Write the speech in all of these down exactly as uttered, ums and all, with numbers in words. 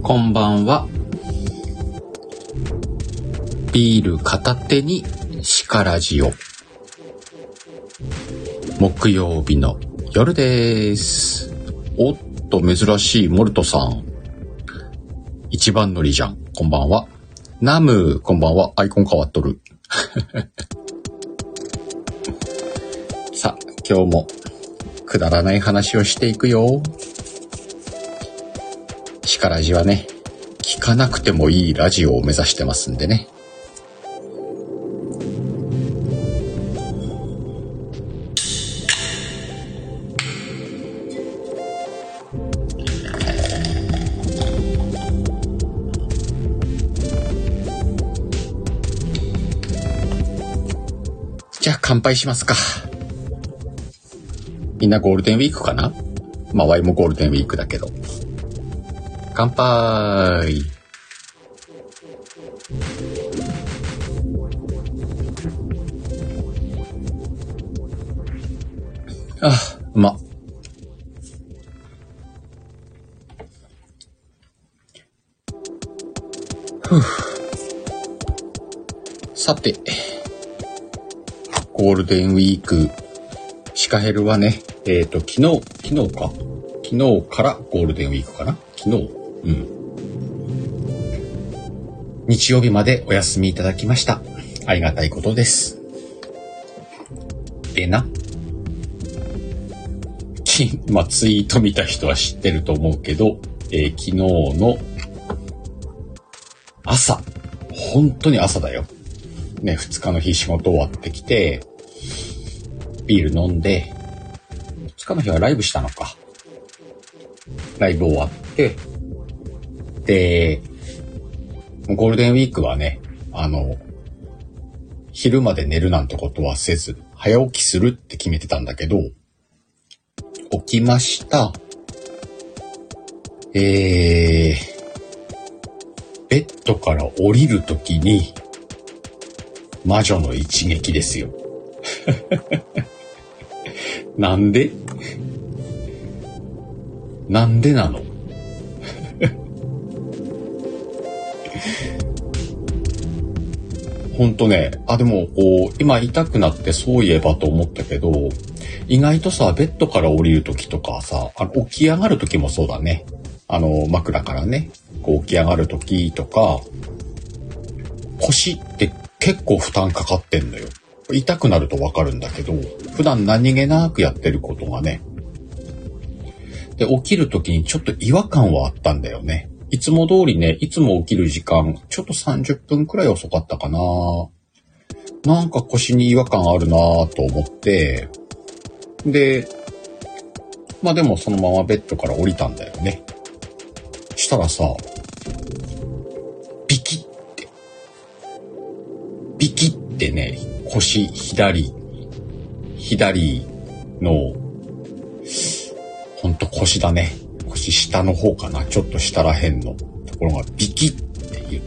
こんばんは。ビール片手にシカラジオ、木曜日の夜です。おっと、珍しいモルトさん、一番乗りじゃん。こんばんは。ナム、こんばんは。アイコン変わっとる。さあ、今日もくだらない話をしていくよ。シカラジはね、聞かなくてもいいラジオを目指してますんでね。じゃあ乾杯しますか。みんなゴールデンウィークかな？まあワイもゴールデンウィークだけど。乾杯。あ、うまっ。ふう。さて、ゴールデンウィーク、シカヘルはね、えっと、昨日、昨日か昨日からゴールデンウィークかな昨日うん。日曜日までお休みいただきました。ありがたいことです。でな。き、まあ、ツイート見た人は知ってると思うけど、えー、昨日の朝、本当に朝だよ。ね、二日の日仕事終わってきて、ビール飲んで、二日の日はライブしたのか。ライブ終わって、で、ゴールデンウィークはね、あの、昼まで寝るなんてことはせず、早起きするって決めてたんだけど、起きました。えー、ベッドから降りるときに、魔女の一撃ですよ。なんでなんでなのほんとね、あ、でも、こう、今痛くなってそういえばと思ったけど、意外とさ、ベッドから降りるときとかさ、あの起き上がるときもそうだね。あの、枕からね、こう起き上がるときとか、腰って結構負担かかってんのよ。痛くなるとわかるんだけど、普段何気なくやってることがね。で、起きるときにちょっと違和感はあったんだよね。いつも通りね、いつも起きる時間、ちょっとさんじゅっぷんくらい遅かったかな。なんか腰に違和感あるなぁと思って、で、まあでもそのままベッドから降りたんだよね。したらさ、ビキって、ビキってね、腰左、左の、ほんと腰だね。腰下の方かな。ちょっと下らへんのところがビキって言って、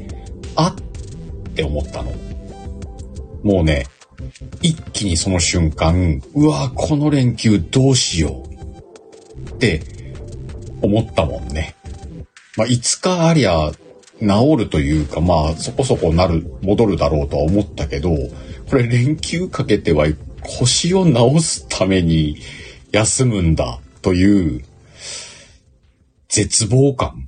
あって思ったの。もうね、一気にその瞬間、うわ、この連休どうしようって思ったもんね。まあ、いつかありゃ治るというか、まあ、そこそこなる、戻るだろうとは思ったけど、これ連休かけては腰を治すために休むんだという絶望感。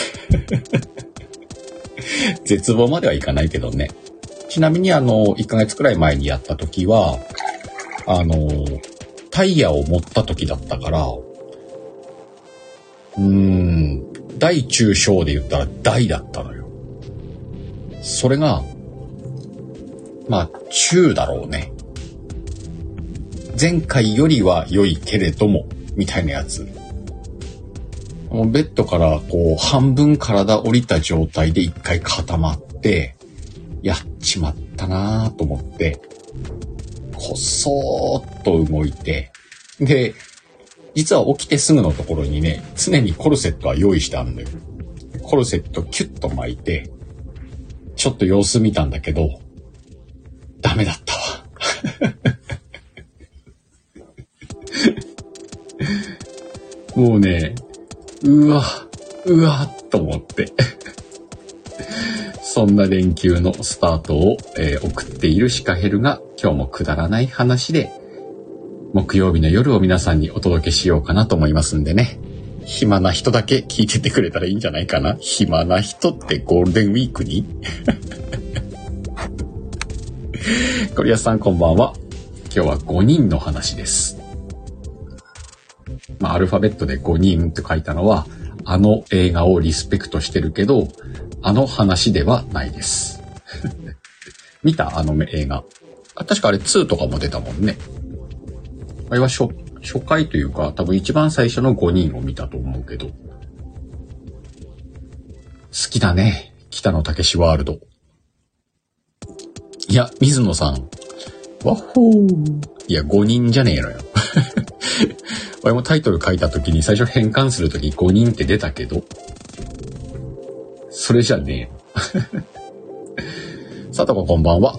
絶望まではいかないけどね。ちなみにあの、いっかげつくらい前にやった時は、あの、タイヤを持った時だったから、うーん、大中小で言ったら大だったのよ。それが、まあ、中だろうね。前回よりは良いけれども、みたいなやつ。ベッドからこう、半分体降りた状態で一回固まって、やっちまったなぁと思って、こそーっと動いて、で、実は起きてすぐのところにね、常にコルセットは用意してあるんだよ。コルセットキュッと巻いて、ちょっと様子見たんだけど、ダメだったわ。もうね、うわ、 うわっと思って。そんな連休のスタートを、えー、送っているシカヘルが今日もくだらない話で木曜日の夜を皆さんにお届けしようかなと思いますんでね。暇な人だけ聞いててくれたらいいんじゃないかな。暇な人ってゴールデンウィークにゴリアスさんこんばんは。今日はごにんの話です。まあアルファベットでごにんって書いたのはあの映画をリスペクトしてるけどあの話ではないです。見たあの映画。あ、確かあれツーとかも出たもんね。あれは初、初回というか多分一番最初のごにんを見たと思うけど。好きだね。北野武ワールド。いや、水野さん。わっほー。いや、ごにんじゃねえのよ。俺もタイトル書いた時に最初変換する時ごにんって出たけど。それじゃねえ。さとここんばんは。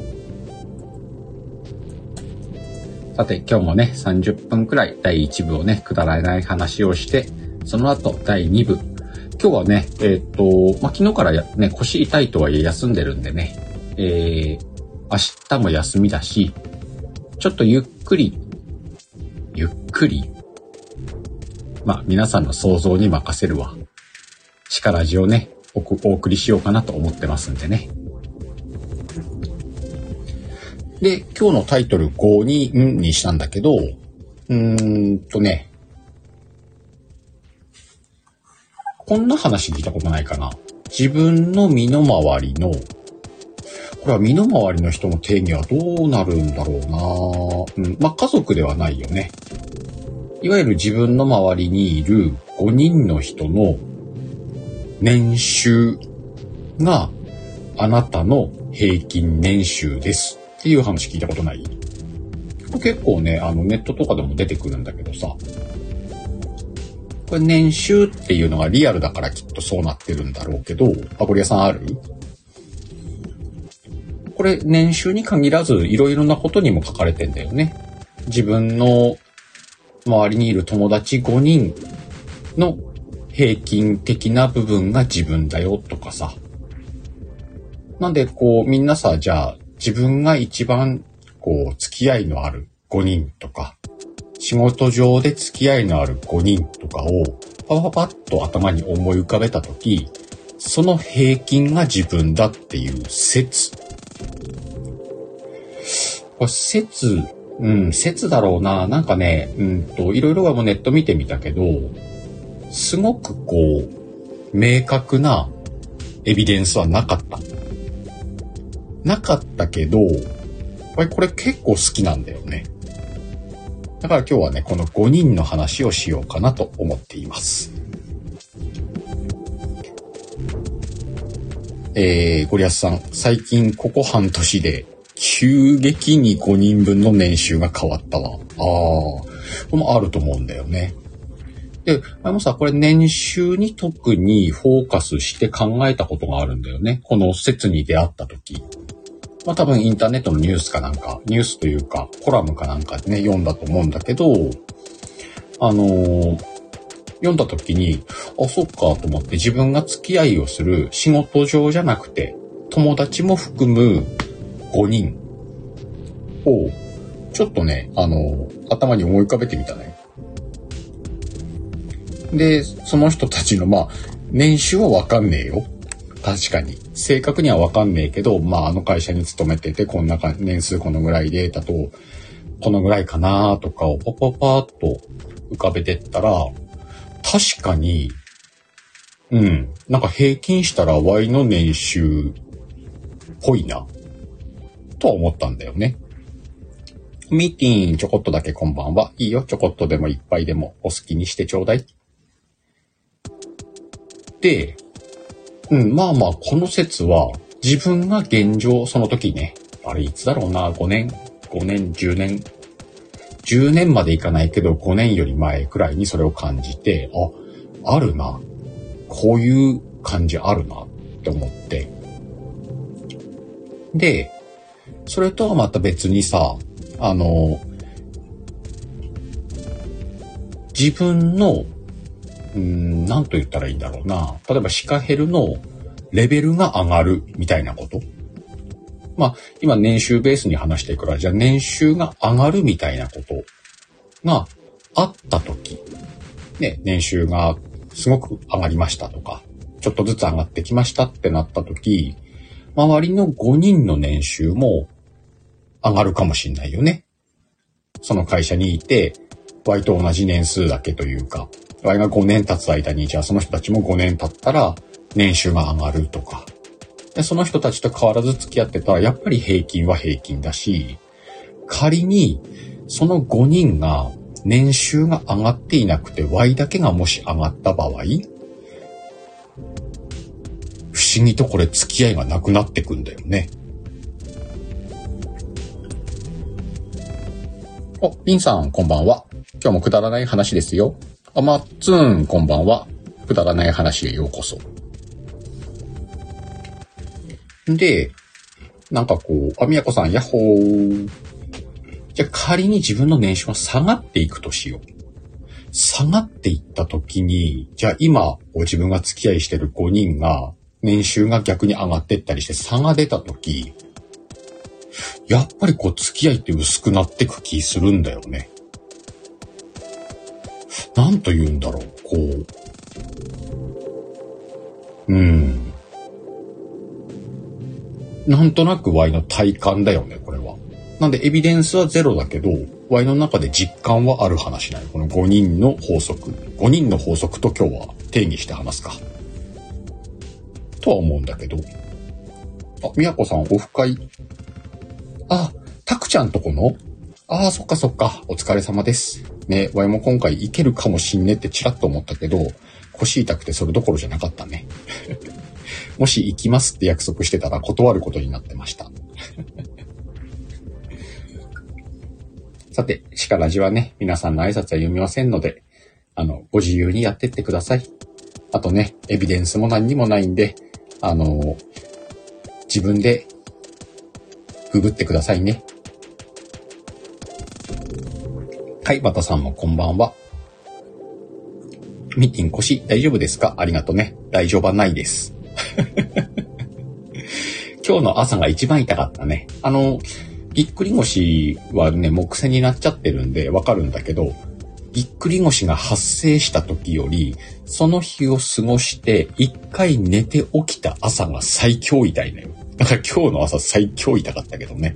さて今日もねさんじゅっぷんくらいだいいち部をねくだらない話をしてその後だいに部今日はねえー、っとまあ、昨日からやね腰痛いとはいえ休んでるんでね、えー、明日も休みだしちょっとゆっくりゆっくりまあ皆さんの想像に任せるわシカラジをねお, お送りしようかなと思ってますんでね。で、今日のタイトルごにんにしたんだけど、うーんとね、こんな話聞いたことないかな。自分の身の回りの、これは身の回りの人の定義はどうなるんだろうな、うん、まあ、家族ではないよね。いわゆる自分の周りにいるごにんの人の年収があなたの平均年収ですっていう話聞いたことない？結構ね、あのネットとかでも出てくるんだけどさ、これ年収っていうのがリアルだからきっとそうなってるんだろうけど、あ、ゴリアさんある？これ年収に限らずいろいろなことにも書かれてんだよね。自分の周りにいる友達ごにんの平均的な部分が自分だよとかさ。なんでこうみんなさ、じゃあ自分が一番こう付き合いのあるごにんとか、仕事上で付き合いのあるごにんとかをパパパッと頭に思い浮かべたとき、その平均が自分だっていう説。これ説、うん、説だろうな。なんかね、うんと、いろいろもネット見てみたけど、すごくこう、明確なエビデンスはなかった。なかったけど、これこれ結構好きなんだよね。だから今日はね、このごにんの話をしようかなと思っています。えー、ゴリアスさん、最近ここ半年で急激にごにんぶんの年収が変わったわ。ああ、これもあると思うんだよね。で、あのさ、これ年収に特にフォーカスして考えたことがあるんだよね。この説に出会った時。まあ多分インターネットのニュースかなんか、ニュースというかコラムかなんかでね、読んだと思うんだけど、あのー、読んだ時に、あ、そっかと思って自分が付き合いをする仕事上じゃなくて、友達も含むごにんを、ちょっとね、あのー、頭に思い浮かべてみたね。で、その人たちの、まあ、年収はわかんねえよ。確かに。正確にはわかんねえけど、まあ、あの会社に勤めてて、こんなか年数このぐらいで、だと、このぐらいかなとかをパパパーっと浮かべてったら、確かに、うん、なんか平均したら Y の年収っぽいな、とは思ったんだよね。ミーティン、ちょこっとだけこんばんは。いいよ、ちょこっとでもいっぱいでもお好きにしてちょうだい。で、うん、まあまあ、この説は、自分が現状、その時ね、あれいつだろうな、ごねん、ごねん、じゅうねん、じゅうねんまでいかないけど、ごねんより前くらいにそれを感じて、あ、あるな、こういう感じあるなって思って。で、それとはまた別にさ、あの、自分のうーん、なんと言ったらいいんだろうな。例えばシカヘルのレベルが上がるみたいなこと。まあ、今年収ベースに話していくから、じゃあ年収が上がるみたいなことがあったとき、ね、年収がすごく上がりましたとか、ちょっとずつ上がってきましたってなったとき、周りのごにんの年収も上がるかもしれないよね。その会社にいて、Y と同じ年数だけというか、Y がごねん経つ間に、じゃあその人たちもごねん経ったら年収が上がるとか。で、その人たちと変わらず付き合ってたら、やっぱり平均は平均だし、仮にそのごにんが年収が上がっていなくて Y だけがもし上がった場合、不思議とこれ付き合いがなくなってくんだよね。お、リンさんこんばんは。今日もくだらない話ですよ。あ、まっつーんこんばんは。くだらない話へようこそ。で、なんかこう、あ、みやこさん、やっほー。じゃあ仮に自分の年収が下がっていくとしよう。下がっていったときに、じゃあ今、自分が付き合いしてるごにんが、年収が逆に上がっていったりして差が出たとき、やっぱりこう付き合いって薄くなってく気するんだよね。なんと言うんだろう、こう。うーん。なんとなく Y の体感だよね、これは。なんでエビデンスはゼロだけど、Y の中で実感はある話なの。このごにんの法則。ごにんの法則と今日は定義して話すか。とは思うんだけど。あ、みやこさん、オフ会。あ、たくちゃんとこのああ、そっかそっか。お疲れ様です。ね、ワイも今回行けるかもしんねってチラッと思ったけど、腰痛くてそれどころじゃなかったね。もし行きますって約束してたら断ることになってました。さて、シカラジはね、皆さんの挨拶は読みませんので、あの、ご自由にやってってください。あとね、エビデンスも何にもないんで、あの、自分でググってくださいね。はい、バタさんもこんばんは。ミッティン腰大丈夫ですか？ありがとね。大丈夫はないです。今日の朝が一番痛かったね。あの、ぎっくり腰はね、もう癖になっちゃってるんでわかるんだけど、ぎっくり腰が発生した時より、その日を過ごして一回寝て起きた朝が最強痛いのよ。だから今日の朝最強痛かったけどね。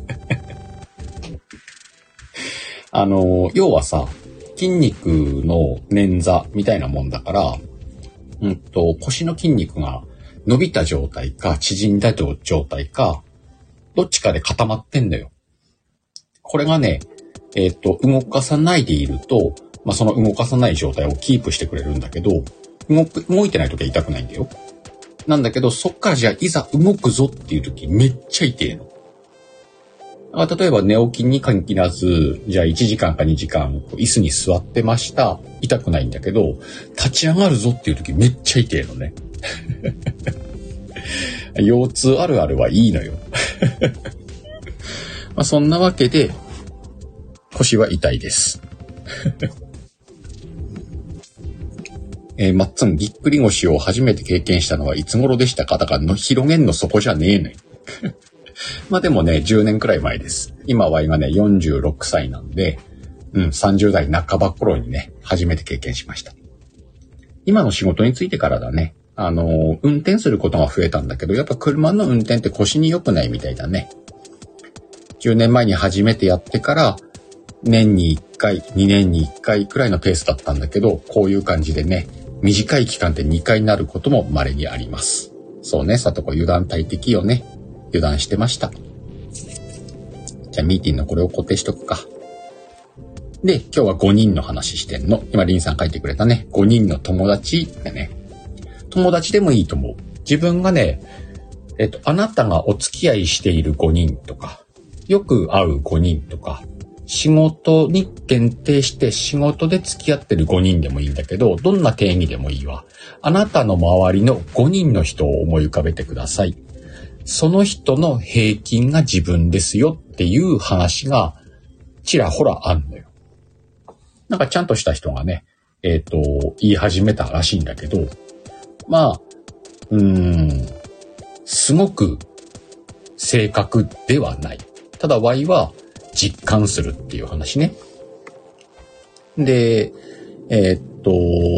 あの、要はさ、筋肉の捻挫みたいなもんだから、うんと、腰の筋肉が伸びた状態か縮んだ状態か、どっちかで固まってんだよ。これがね、えっと、動かさないでいると、まあ、その動かさない状態をキープしてくれるんだけど、動く、動いてない時は痛くないんだよ。なんだけど、そっからじゃあいざ動くぞっていう時めっちゃ痛いの。例えば寝起きに限らず、じゃあいちじかんかにじかん椅子に座ってました。痛くないんだけど、立ち上がるぞっていう時めっちゃ痛いのね。腰痛あるあるはいいのよ。まあそんなわけで、腰は痛いです。えー、まっつん、ぎっくり腰を初めて経験したのはいつ頃でしたか？だからの広げんのそこじゃねえのよ。まあでもね、じゅうねんくらい前です。今は今ね、よんじゅうろくさいなんで、うん、さんじゅうだいなかば頃にね、初めて経験しました。今の仕事についてからだね、あの、運転することが増えたんだけど、やっぱ車の運転って腰に良くないみたいだね。じゅうねんまえに初めてやってから、年にいっかい、にねんにいっかいくらいのペースだったんだけど、こういう感じでね、短い期間でにかいになることも稀にあります。そうね、さとこ油断大敵よね。油断してました。じゃあミーティンのこれを固定しとくか。で、今日はごにんの話してんの。今リンさん書いてくれたね。ごにんの友達ってね。友達でもいいと思う。自分がね、えっと、あなたがお付き合いしているごにんとか、よく会うごにんとか、仕事に限定して仕事で付き合ってるごにんでもいいんだけど、どんな定義でもいいわ。あなたの周りのごにんの人を思い浮かべてください。その人の平均が自分ですよっていう話がちらほらあんのよ。なんかちゃんとした人がね、 えっと、言い始めたらしいんだけど、まあ、うーん、すごく正確ではない。ただ Y は実感するっていう話ね。で、えー、っと、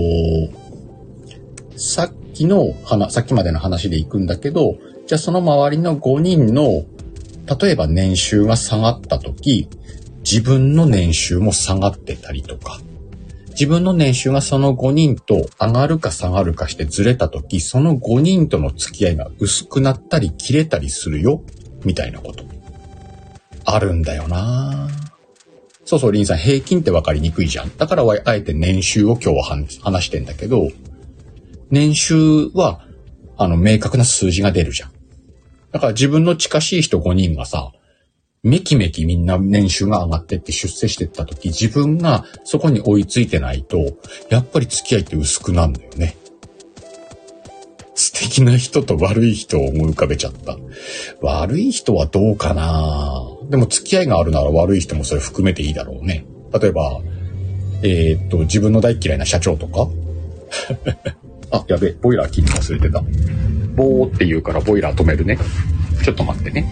さっきの話、さっきまでの話でいくんだけど、じゃあその周りのごにんの、例えば年収が下がったとき、自分の年収も下がってたりとか、自分の年収がそのごにんと上がるか下がるかしてずれたとき、そのごにんとの付き合いが薄くなったり切れたりするよ、みたいなこと。あるんだよな。そうそう、リンさん、平均って分かりにくいじゃん。だから、あえて年収を今日は話してんだけど、年収は、あの、明確な数字が出るじゃん。だから自分の近しい人ごにんがさ、めきめきみんな年収が上がってって出世してった時、自分がそこに追いついてないと、やっぱり付き合いって薄くなるんだよね。素敵な人と悪い人を思い浮かべちゃった。悪い人はどうかな。でも付き合いがあるなら悪い人もそれ含めていいだろうね。例えば、えー、っと、自分の大嫌いな社長とかあ、やべえ、ボイラー切り忘れてた。ボーって言うからボイラー止めるね。ちょっと待ってね。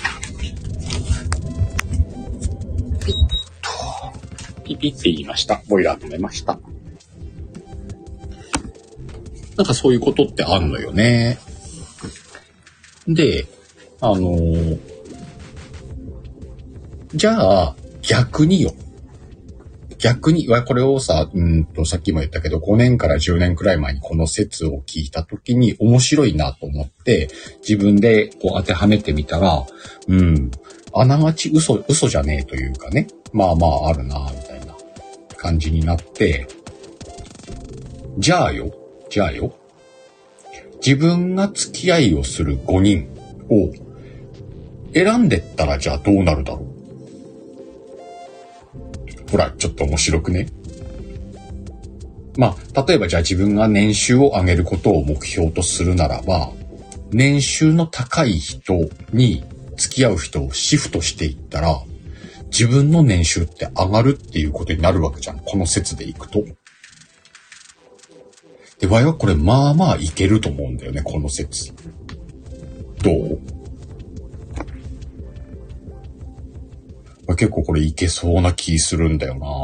ピッと、ピピって言いました。ボイラー止めました。なんかそういうことってあんのよね。で、あのー、じゃあ逆によ。逆に、これをさ、うんと、さっきも言ったけど、ごねんからじゅうねんくらい前にこの説を聞いたときに面白いなと思って、自分でこう当てはめてみたら、うん、あながち嘘、嘘じゃねえというかね、まあまああるな、みたいな感じになって、じゃあよ、じゃあよ、自分が付き合いをするごにんを選んでったらじゃあどうなるだろう。ほら、ちょっと面白くね。まあ、例えばじゃあ自分が年収を上げることを目標とするならば、年収の高い人に付き合う人をシフトしていったら、自分の年収って上がるっていうことになるわけじゃん。この説でいくと。で、わいはこれまあまあいけると思うんだよね、この説。どう？結構これいけそうな気するんだよな。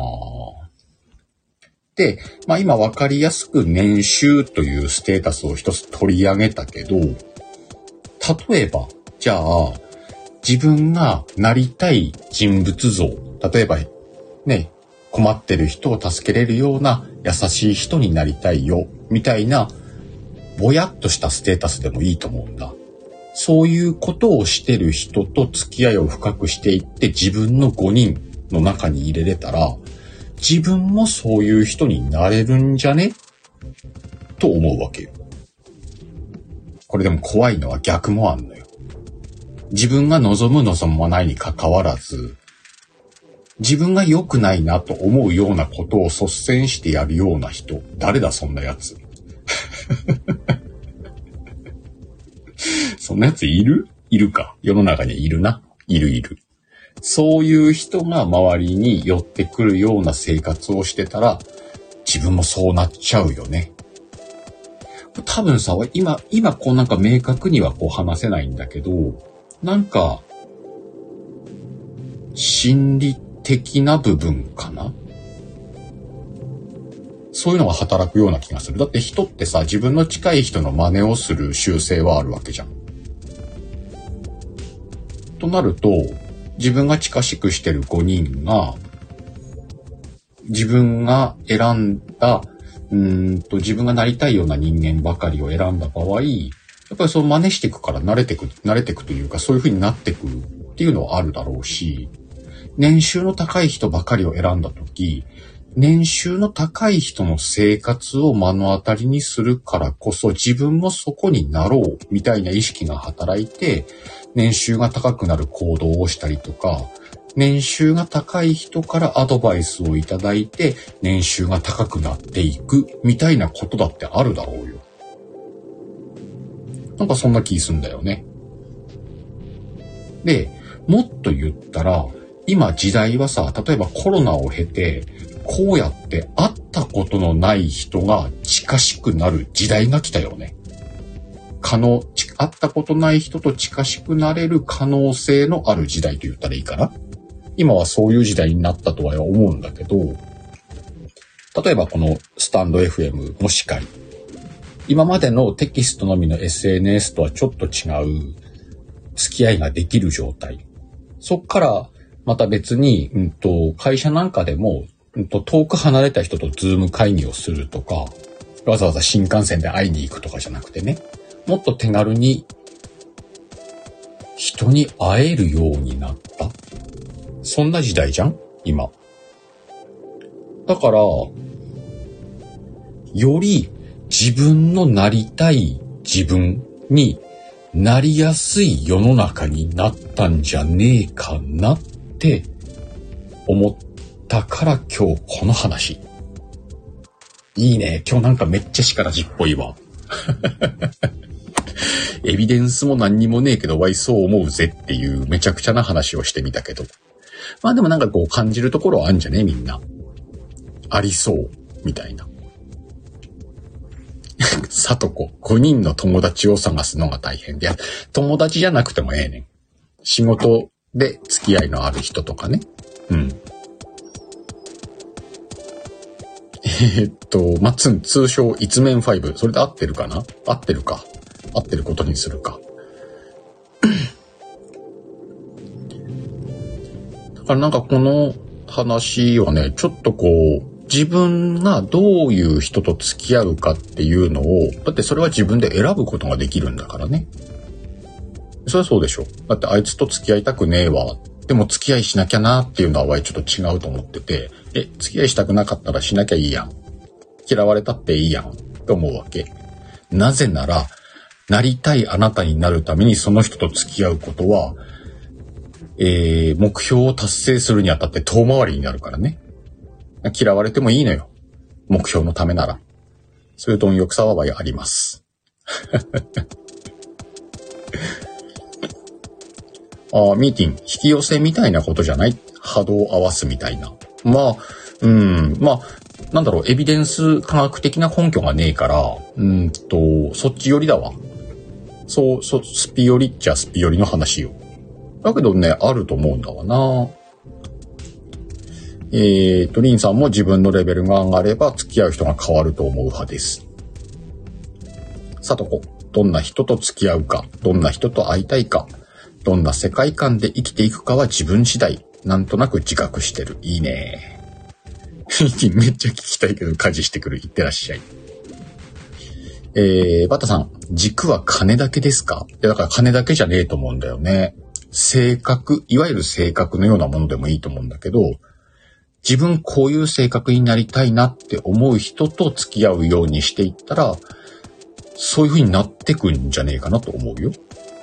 で、まあ今わかりやすく年収というステータスを一つ取り上げたけど、例えば、じゃあ、自分がなりたい人物像、例えばね、困ってる人を助けれるような優しい人になりたいよ、みたいな、ぼやっとしたステータスでもいいと思うんだ。そういうことをしてる人と付き合いを深くしていって自分のごにんの中に入れれたら、自分もそういう人になれるんじゃねと思うわけよ。これでも怖いのは逆もあんのよ。自分が望む望まないに関わらず、自分が良くないなと思うようなことを率先してやるような人、誰だそんなやつ。そんなやついる？いるか。世の中にいるな。いるいる。そういう人が周りに寄ってくるような生活をしてたら、自分もそうなっちゃうよね。多分さ、今、今こうなんか明確にはこう話せないんだけど、なんか、心理的な部分かな？そういうのが働くような気がする。だって人ってさ、自分の近い人の真似をする習性はあるわけじゃん。となると、自分が近しくしてるごにんが、自分が選んだ、うーんと、自分がなりたいような人間ばかりを選んだ場合、やっぱりそう真似していくから慣れていく、慣れていくというか、そういう風になっていくっていうのはあるだろうし、年収の高い人ばかりを選んだとき、年収の高い人の生活を目の当たりにするからこそ自分もそこになろうみたいな意識が働いて、年収が高くなる行動をしたりとか、年収が高い人からアドバイスをいただいて年収が高くなっていくみたいなことだってあるだろうよ。なんかそんな気すんだよね。で、もっと言ったら、今時代はさ、例えばコロナを経て、こうやって会ったことことのない人が近しくなる時代が来たよね。可能、会ったことない人と近しくなれる可能性のある時代と言ったらいいかな。今はそういう時代になったとは思うんだけど、例えばこのスタンド エフエム もしかり、今までのテキストのみの エスエヌエスとはちょっと違う付き合いができる状態。そっからまた別に、うんと、会社なんかでも、うんと、遠く離れた人とズーム会議をするとか、わざわざ新幹線で会いに行くとかじゃなくてね、もっと手軽に人に会えるようになった。そんな時代じゃん今。だから、より自分のなりたい自分になりやすい世の中になったんじゃねえかなって思ったから今日この話。いいね。今日なんかめっちゃ力じっぽいわ。エビデンスも何にもねえけど、わいそう思うぜっていうめちゃくちゃな話をしてみたけど。まあでもなんかこう感じるところはあんじゃねみんな。ありそう、みたいな。さとこ、ごにんの友達を探すのが大変で、友達じゃなくてもええねん。仕事で付き合いのある人とかね。うん。えー、っと、まつん、通称一面ファイブ。それで合ってるかな？合ってるか。合ってることにするか。だからなんかこの話はね、ちょっとこう、自分がどういう人と付き合うかっていうのを、だってそれは自分で選ぶことができるんだからね。それはそうでしょ。だってあいつと付き合いたくねえわ。でも付き合いしなきゃなっていうのはわいちょっと違うと思ってて、え、付き合いしたくなかったらしなきゃいいやん。嫌われたっていいやん。と思うわけ。なぜなら、なりたいあなたになるためにその人と付き合うことは、えー、目標を達成するにあたって遠回りになるからね。嫌われてもいいのよ。目標のためなら。そういう貪欲さはわいあります。あ、ミーティング、引き寄せみたいなことじゃない？波動を合わすみたいな。まあ、うん、まあ、なんだろう、エビデンス科学的な根拠がねえから、うんと、そっち寄りだわ。そう、そ、スピ寄りっちゃスピ寄りの話よ。だけどね、あると思うんだわな。えーと、リンさんも自分のレベルが上がれば付き合う人が変わると思う派です。さとこ、どんな人と付き合うか、どんな人と会いたいか、どんな世界観で生きていくかは自分次第。なんとなく自覚してる。いいね。めっちゃ聞きたいけど家事してくる。いってらっしゃい。えー、バタさん、軸は金だけですか？いや、だから金だけじゃねえと思うんだよね。性格、いわゆる性格のようなものでもいいと思うんだけど、自分こういう性格になりたいなって思う人と付き合うようにしていったら、そういう風になってくんじゃねえかなと思うよ。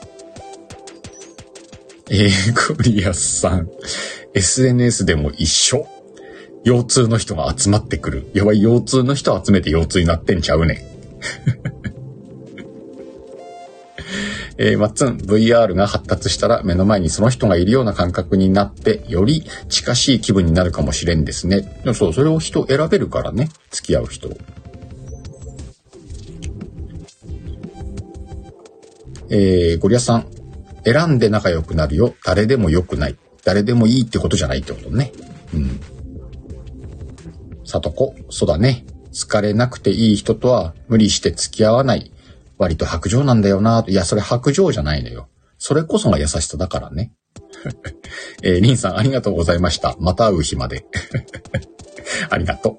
えー、ゴリアスさん、エスエヌエス でも一緒。腰痛の人が集まってくる。やばい、腰痛の人集めて腰痛になってんちゃうねん。えー、マッツン、ブイアール が発達したら目の前にその人がいるような感覚になって、より近しい気分になるかもしれんですね。でもそう、それを人選べるからね。付き合う人。えー、ゴリアスさん、選んで仲良くなるよ。誰でも良くない。誰でもいいってことじゃないってことね。うん。さとこ、そうだね。疲れなくていい人とは無理して付き合わない。割と白状なんだよな。いや、それ白状じゃないのよ。それこそが優しさだからね。えー、リンさんありがとうございました。また会う日まで。ありがとう。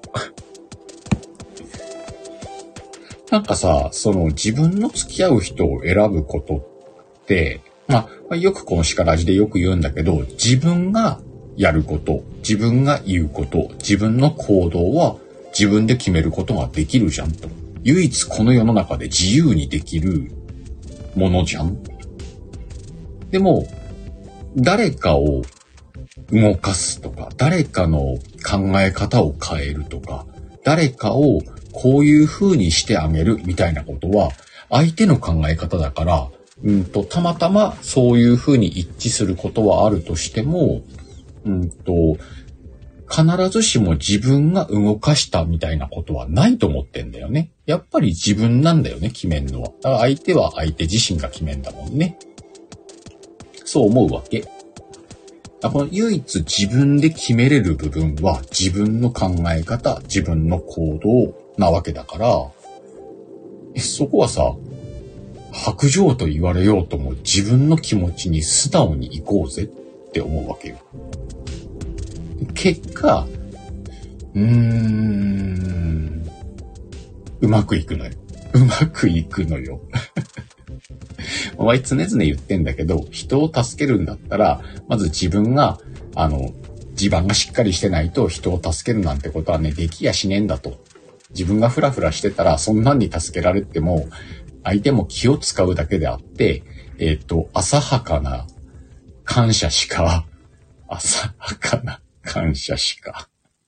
なんかさ、その自分の付き合う人を選ぶことって、まあ、よくこの叱らじでよく言うんだけど、自分がやること、自分が言うこと、自分の行動は自分で決めることができるじゃんと。唯一この世の中で自由にできるものじゃん。でも、誰かを動かすとか、誰かの考え方を変えるとか、誰かをこういう風にしてあげるみたいなことは、相手の考え方だから、うんと、たまたまそういう風に一致することはあるとしても、うんと、 必ずしも自分が動かしたみたいなことはないと思ってんだよね。やっぱり自分なんだよね、決めんのは。だから相手は相手自身が決めんだもんね。そう思うわけ。この唯一自分で決めれる部分は自分の考え方、自分の行動なわけだから、そこはさ、白状と言われようとも自分の気持ちに素直に行こうぜって思うわけよ。結果、うーん、うまくいくのよ。うまくいくのよ。お前常々言ってんだけど、人を助けるんだったら、まず自分が、あの、地盤がしっかりしてないと人を助けるなんてことはね、できやしねえんだと。自分がフラフラしてたら、そんなんに助けられても、相手も気を使うだけであって、えっと、浅はかな感謝しか、浅はかな感謝しか。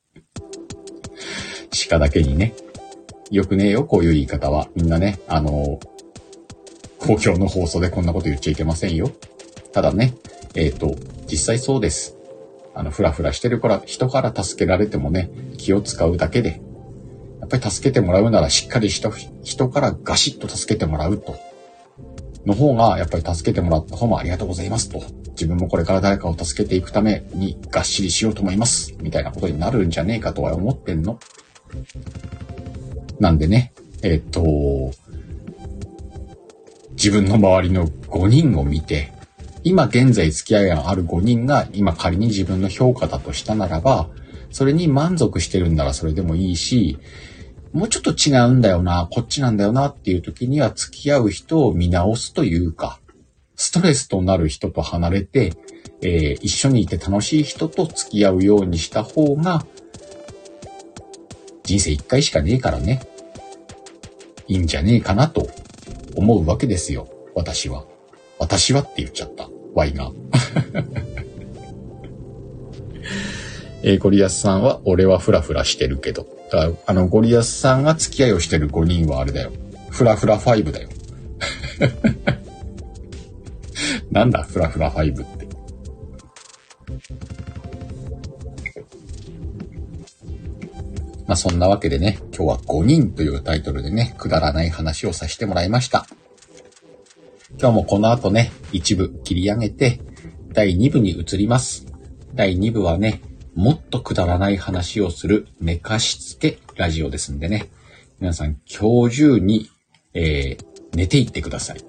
しかだけにね。よくねえよ、こういう言い方は。みんなね、あの、公共の放送でこんなこと言っちゃいけませんよ。ただね、えっと、実際そうです。あの、ふらふらしてるから人から助けられてもね、気を使うだけで、やっぱり助けてもらうならしっかりした人からガシッと助けてもらうと。の方が、やっぱり助けてもらった方もありがとうございますと。自分もこれから誰かを助けていくためにがっしりしようと思います。みたいなことになるんじゃねえかとは思ってんの。なんでね、えっと、自分の周りのごにんを見て、今現在付き合いがあるごにんが今仮に自分の評価だとしたならば、それに満足してるんならそれでもいいし、もうちょっと違うんだよな、こっちなんだよなっていう時には付き合う人を見直すというか、ストレスとなる人と離れて、えー、一緒にいて楽しい人と付き合うようにした方が、人生一回しかねえからね、いいんじゃねえかなと思うわけですよ、私は。私はって言っちゃった、Y が。えー、ゴリアスさんは、俺はフラフラしてるけど。だからあの、ゴリアスさんが付き合いをしてるごにんはあれだよ。フラフラファイブだよ。なんだ、フラフラファイブって。まあそんなわけでね、今日はごにんというタイトルでね、くだらない話をさせてもらいました。今日もこの後ね、一部切り上げて、だいに部に移ります。だいに部はね、もっとくだらない話をする寝かしつけラジオですんでね。皆さん今日中に、えー、寝ていってください。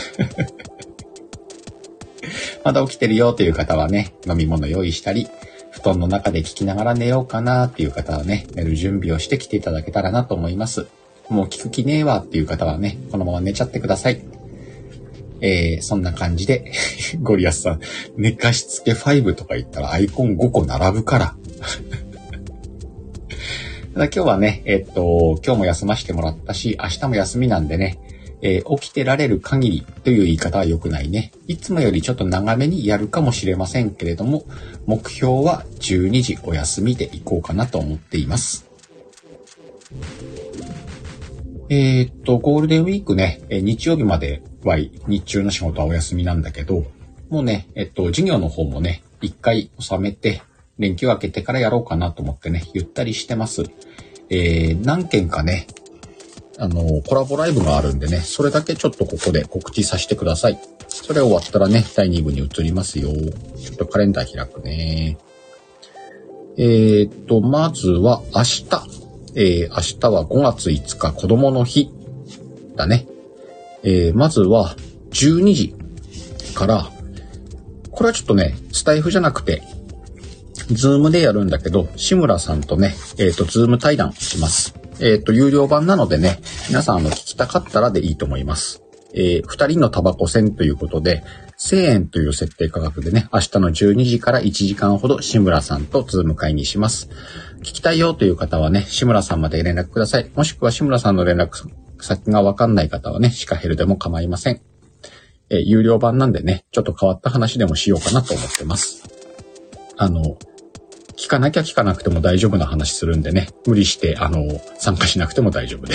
まだ起きてるよという方はね、飲み物用意したり、布団の中で聞きながら寝ようかなっていう方はね、寝る準備をしてきていただけたらなと思います。もう聞く気ねえわっていう方はね、このまま寝ちゃってください。えー、そんな感じで、ゴリアスさん、寝かしつけごとか言ったらアイコンごこ並ぶから。ただ今日はね、えっと、今日も休ませてもらったし、明日も休みなんでね、えー、起きてられる限りという言い方は良くないね。いつもよりちょっと長めにやるかもしれませんけれども、目標はじゅうにじお休みでいこうかなと思っています。えー、っと、ゴールデンウィークね、日曜日までは日中の仕事はお休みなんだけど、もうね、えっと、授業の方もね、一回収めて、連休明けてからやろうかなと思ってね、ゆったりしてます。えー、何件かね、あの、コラボライブがあるんでね、それだけちょっとここで告知させてください。それ終わったらね、だいに部に移りますよ。ちょっとカレンダー開くね。えー、っと、まずは明日。えー、明日はごがついつか子供の日だね。えー、まずはじゅうにじから、これはちょっとね、スタイフじゃなくて、ズームでやるんだけど、志村さんとね、えっと、ズーム対談します。えっと、有料版なのでね、皆さんあの、聞きたかったらでいいと思います。えー、二人のタバコ銭ということで、せんえんという設定価格でね、明日のじゅうにじからいちじかんほど志村さんとズーム会にします。聞きたいよという方はね、志村さんまで連絡ください。もしくは志村さんの連絡先がわかんない方はね、シカヘルでも構いません。えー、有料版なんでね、ちょっと変わった話でもしようかなと思ってます。あの、聞かなきゃ聞かなくても大丈夫な話するんでね、無理して、あの、参加しなくても大丈夫です。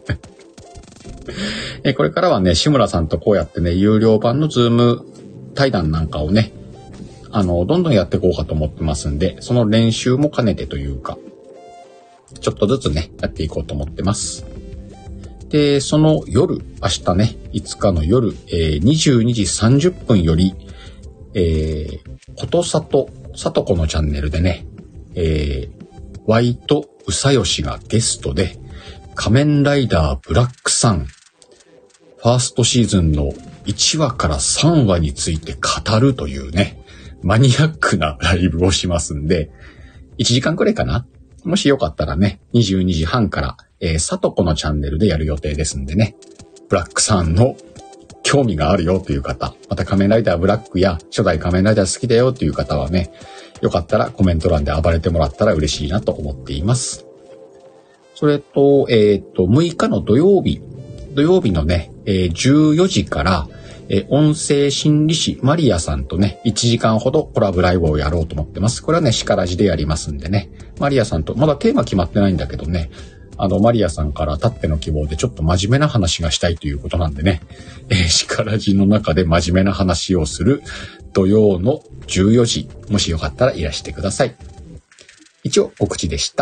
えこれからはね、志村さんとこうやってね、有料版のズーム対談なんかをね、 あの、どんどんやっていこうかと思ってますんで、その練習も兼ねてというか、ちょっとずつね、やっていこうと思ってます。で、その夜、明日ね、いつかの夜、えー、にじゅうにじさんじゅっぷんより、えー、ことさと、さとこのチャンネルでね、えー、ワイとうさよしがゲストで、仮面ライダーブラックサン、ファーストシーズンのいちわからさんわについて語るというね、マニアックなライブをしますんで、いちじかんくらいかな？もしよかったらね、にじゅうにじはんから、えー、さとこのチャンネルでやる予定ですんでね、ブラックさんの興味があるよという方、また仮面ライダーブラックや初代仮面ライダー好きだよという方はね、よかったらコメント欄で暴れてもらったら嬉しいなと思っています。それと、えっと、むいかの土曜日、土曜日のね、えー、じゅうよじから、えー、音声心理師マリアさんとね、いちじかんほどコラボライブをやろうと思ってます。これはね、シカラジでやりますんでね、マリアさんと、まだテーマ決まってないんだけどね、あの、マリアさんからたっての希望でちょっと真面目な話がしたいということなんでね、えー、シカラジの中で真面目な話をする土曜のじゅうよじ、もしよかったらいらしてください。一応告知でした。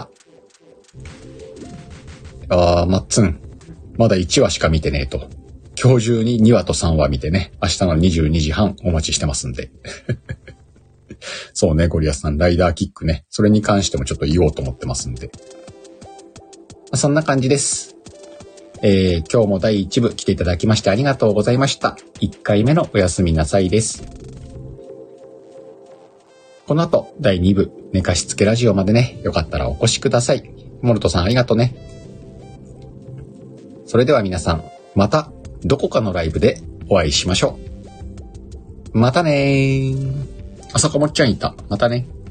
あー、マッツン、まだいちわしか見てねえと。今日中ににわとさんわ見てね、明日のにじゅうにじはんお待ちしてますんで。そうね、ゴリアスさん、ライダーキックね。それに関してもちょっと言おうと思ってますんで。そんな感じです。えー、今日もだいいちぶ来ていただきましてありがとうございました。いっかいめのおやすみなさいです。この後、だいにぶ、寝かしつけラジオまでね、よかったらお越しください。モルトさんありがとうね。それでは皆さん、またどこかのライブでお会いしましょう。またねー。あ、坂本ちゃんいた。またね。